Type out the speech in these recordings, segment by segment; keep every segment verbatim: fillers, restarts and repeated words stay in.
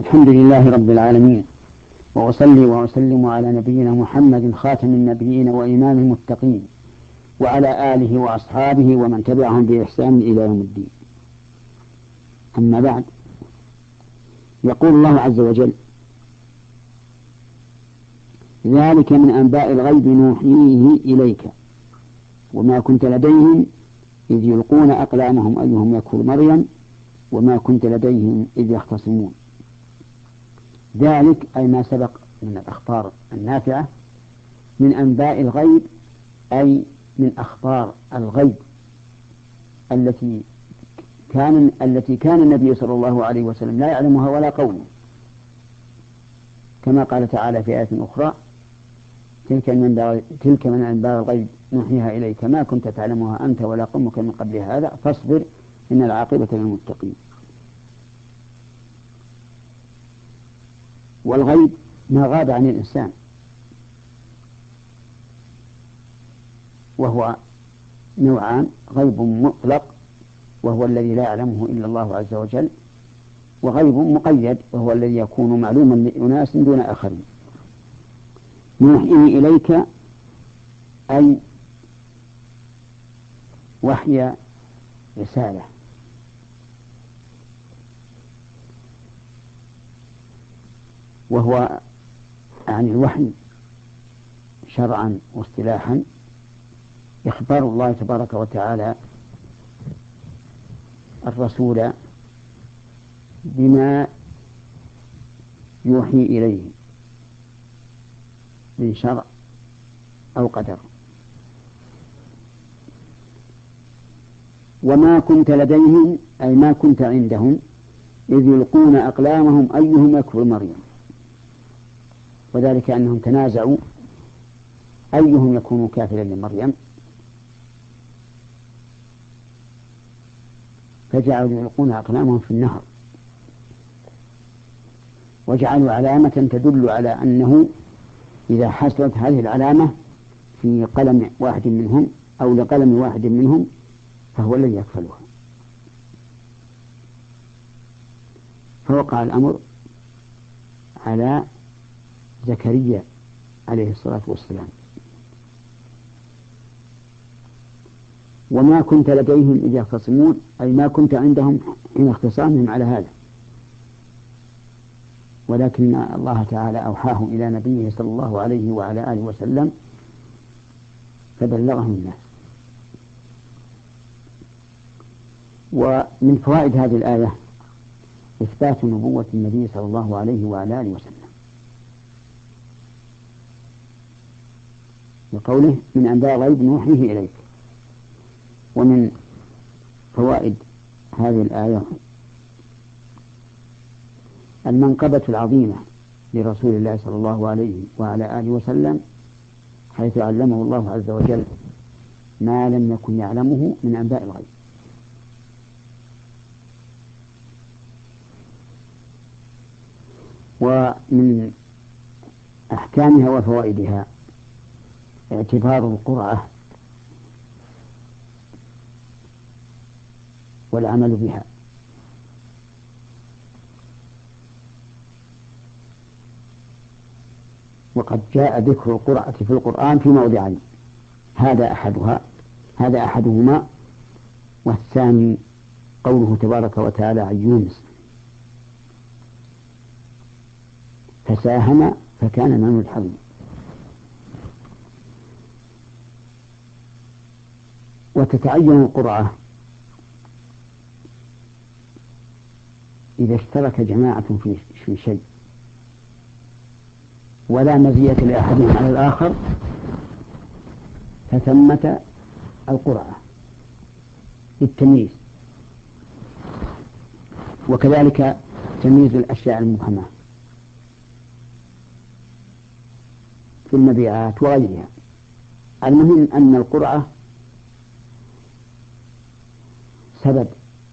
الحمد لله رب العالمين، وأصلي وأسلم على نبينا محمد خاتم النبيين وإمام المتقين، وعلى آله وأصحابه ومن تبعهم بإحسان إلى يوم الدين. أما بعد، يقول الله عز وجل: ذلك من أنباء الغيب نوحيه إليك وما كنت لديهم إذ يلقون أقلامهم أيهم يكفر مريم وما كنت لديهم إذ يختصمون. ذلك أي ما سبق من الأخبار النافعة من أنباء الغيب، أي من أخبار الغيب التي كان التي كان النبي صلى الله عليه وسلم لا يعلمها ولا قومه، كما قال تعالى في آية أخرى: تلك من تلك من أنباء الغيب نوحيها إليك ما كنت تعلمها أنت ولا قومك من قبل هذا فاصبر إن العاقبة للمتقين. والغيب ما غاب عن الإنسان، وهو نوعان: غيب مطلق وهو الذي لا يعلمه إلا الله عز وجل، وغيب مقيد وهو الذي يكون معلوما لأناس دون آخرين. نوحيه إليك أي وحي رسالة، وهو عن الوحي شرعا واصطلاحا إخبار الله تبارك وتعالى الرسول بما يوحي إليه من شرع أو قدر. وما كنت لديهم أي ما كنت عندهم إذ يلقون أقلامهم أيهم يكفر مريم، وذلك أنهم تنازعوا أيهم يكون كافرا لمريم، فجعلوا يلقون أقلامهم في النهر، وجعلوا علامة تدل على أنه إذا حصلت هذه العلامة في قلم واحد منهم أو لقلم واحد منهم فهو الذي يكفلها. فوقع الأمر على زكريا عليه الصلاة والسلام. وما كنت لديهم إذ يختصمون أي ما كنت عندهم حين اختصامهم على هذا، ولكن الله تعالى أوحاه إلى نبيه صلى الله عليه وعلى آله وسلم فبلغهم الناس. ومن فوائد هذه الآية إثبات نبوة النبي صلى الله عليه وعلى آله وسلم، لقوله من أنباء الغيب نوحيه إليك. ومن فوائد هذه الآية المنقبة العظيمة لرسول الله صلى الله عليه وعلى آله وسلم، حيث علمه الله عز وجل ما لم يكن يعلمه من أنباء الغيب. ومن أحكامها وفوائدها اعتبار القرعة والعمل بها. وقد جاء ذكر القرعة في القرآن في موضعين، هذا أحدها هذا أحدهما والثاني قوله تبارك وتعالى عن يونس: فساهم فكان من المدحضين. وتتعين القرعة إذا اشترك جماعة في شيء ولا مزية لأحدهم على الآخر فثمة القرعة للتمييز، وكذلك تمييز الأشياء المبهمة في المبيعات وغيرها. المهم أن القرعة سبب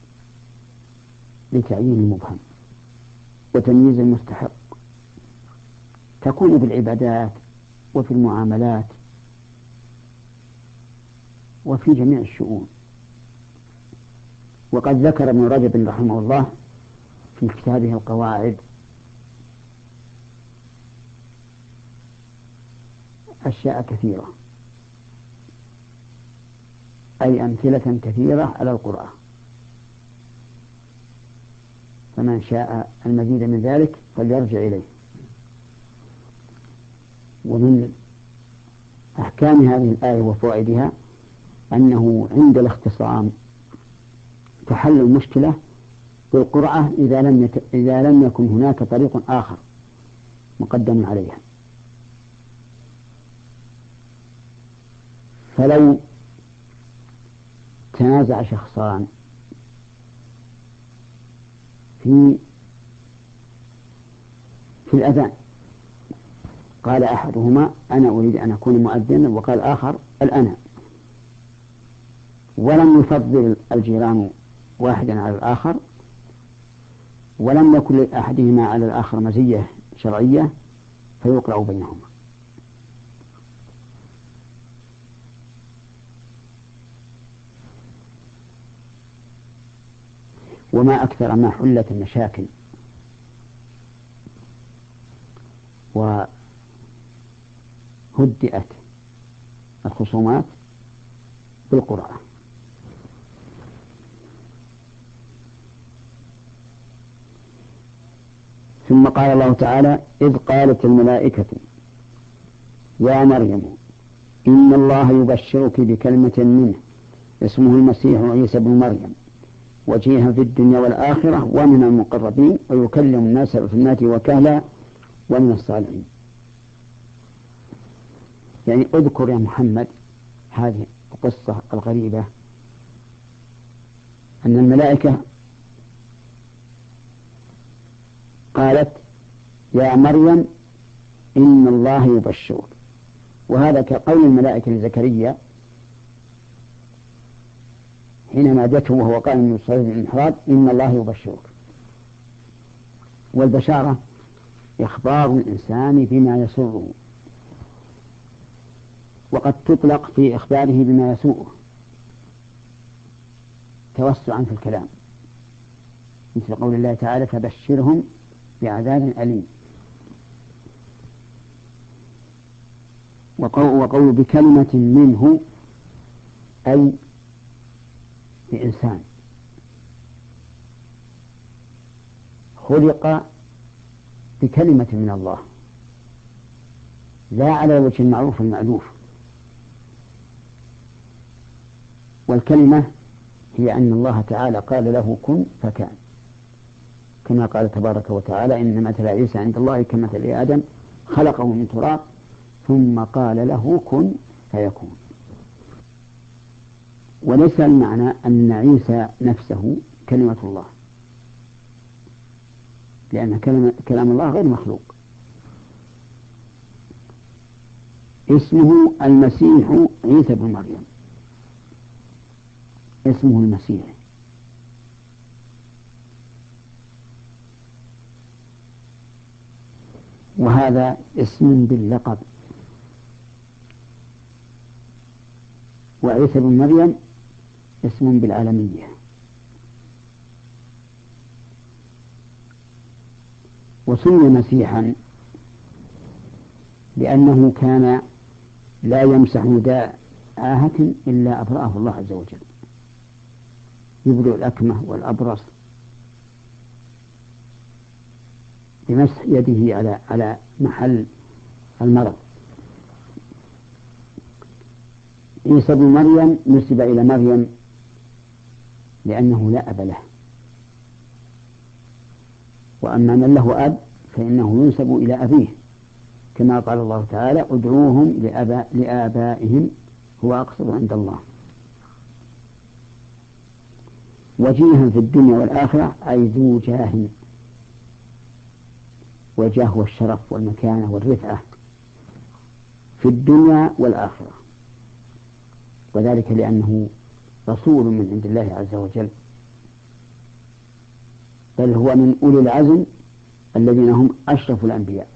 لتعيين المبهم وتمييز المستحق، تكون في العبادات وفي المعاملات وفي جميع الشؤون. وقد ذكر ابن رجب رحمه الله في كتابه القواعد أشياء كثيرة، أي أمثلة كثيرة على القرآن، فمن شاء المزيد من ذلك فليرجع إليه. ومن أحكام هذه الآية وفوائدها أنه عند الاختصام تحل المشكلة بالقرعة إذا لم يت... إذا لم يكن هناك طريق آخر مقدم عليها. فلو تنازع شخصان في في الأذان، قال أحدهما أنا أريد أن أكون مؤذنا، وقال آخر الأنا، ولم يفضل الجيران واحدا على الآخر، ولم يكن لأحدهما على الآخر مزية شرعية، فيقرأ بينهما. وما أكثر ما حلت المشاكل وهدئت الخصومات بالقرآن. ثم قال الله تعالى: إذ قالت الملائكة يا مريم إن الله يبشرك بكلمة منه اسمه المسيح عيسى بن مريم وجيها في الدنيا والآخرة ومن المقربين ويكلم الناس في المهد وكهلا ومن الصالحين. يعني اذكر يا محمد هذه القصة الغريبة، أن الملائكة قالت يا مريم إن الله يبشرك، وهذا كقول الملائكة لزكريا حين نادته وهو قائم يصلي في المحراب إن الله يبشرك. والبشارة إخبار الإنسان بما يسره، وقد تطلق في إخباره بما يسوءه توسعا في الكلام، مثل قول الله تعالى فبشرهم بعذاب أليم، وقول بكلمة منه أي بإنسان خلق بكلمة من الله، لا على وجه المعروف المألوف. والكلمة هي أن الله تعالى قال له كن فكان، كما قال تبارك وتعالى إن مثل عيسى عند الله كمثل آدم خلقه من تراب ثم قال له كن فيكون. وليس المعنى أن عيسى نفسه كلمة الله، لأن كلام الله غير مخلوق. اسمه المسيح عيسى بن مريم، اسمه المسيح، وهذا اسم باللقب، وعيسى بن مريم اسم بالعالمية. وسمي مسيحا لأنه كان لا يمسح داء عاهة إلا أبرأه الله عز وجل، يبرئ الأكمة والأبرص بمسح يده على على محل المرض. عيسى بن مريم نسب إلى مريم لأنه لا أب له، وأما من له أب فإنه ينسب إلى أبيه، كما قال الله تعالى ادعوهم لأبا لآبائهم هو أقسط عند الله. وجيها في الدنيا والآخرة أي ذو جاه، والجاه والشرف والمكانة والرفعة في الدنيا والآخرة، وذلك لأنه رسول من عند الله عز وجل، بل هو من أولي العزم الذين هم أشرف الأنبياء،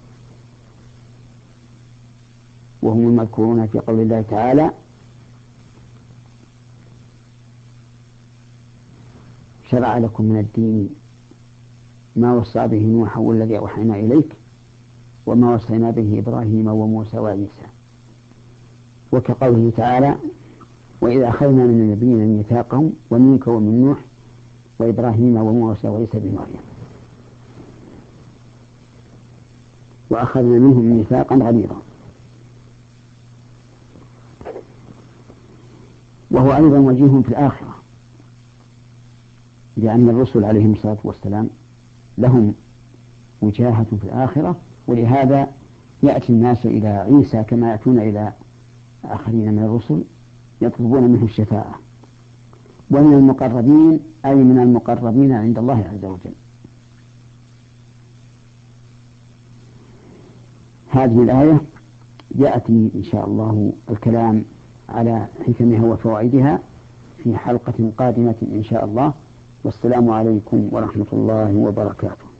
وهم المذكورون في قول الله تعالى شرع لكم من الدين ما وصى به نوح والذي أوحينا إليك وما وصينا به إبراهيم وموسى وعيسى وكقوله تعالى: وإذا أخذنا من النبيين ميثاقهم ومنك ومن نوح وإبراهيم وموسى وعيسى بن مريم وأخذنا منهم ميثاقا غليظا. وهو أيضا وجيه في الآخرة، لأن الرسل عليهم الصلاة والسلام لهم وجاهة في الآخرة، ولهذا يأتي الناس إلى عيسى كما يأتون إلى آخرين من الرسل يطلبون منه الشفاعة. ومن المقربين أي من المقربين عند الله عز وجل. هذه الآية يأتي إن شاء الله الكلام على حكمها وفوائدها في حلقة قادمة إن شاء الله. والسلام عليكم ورحمة الله وبركاته.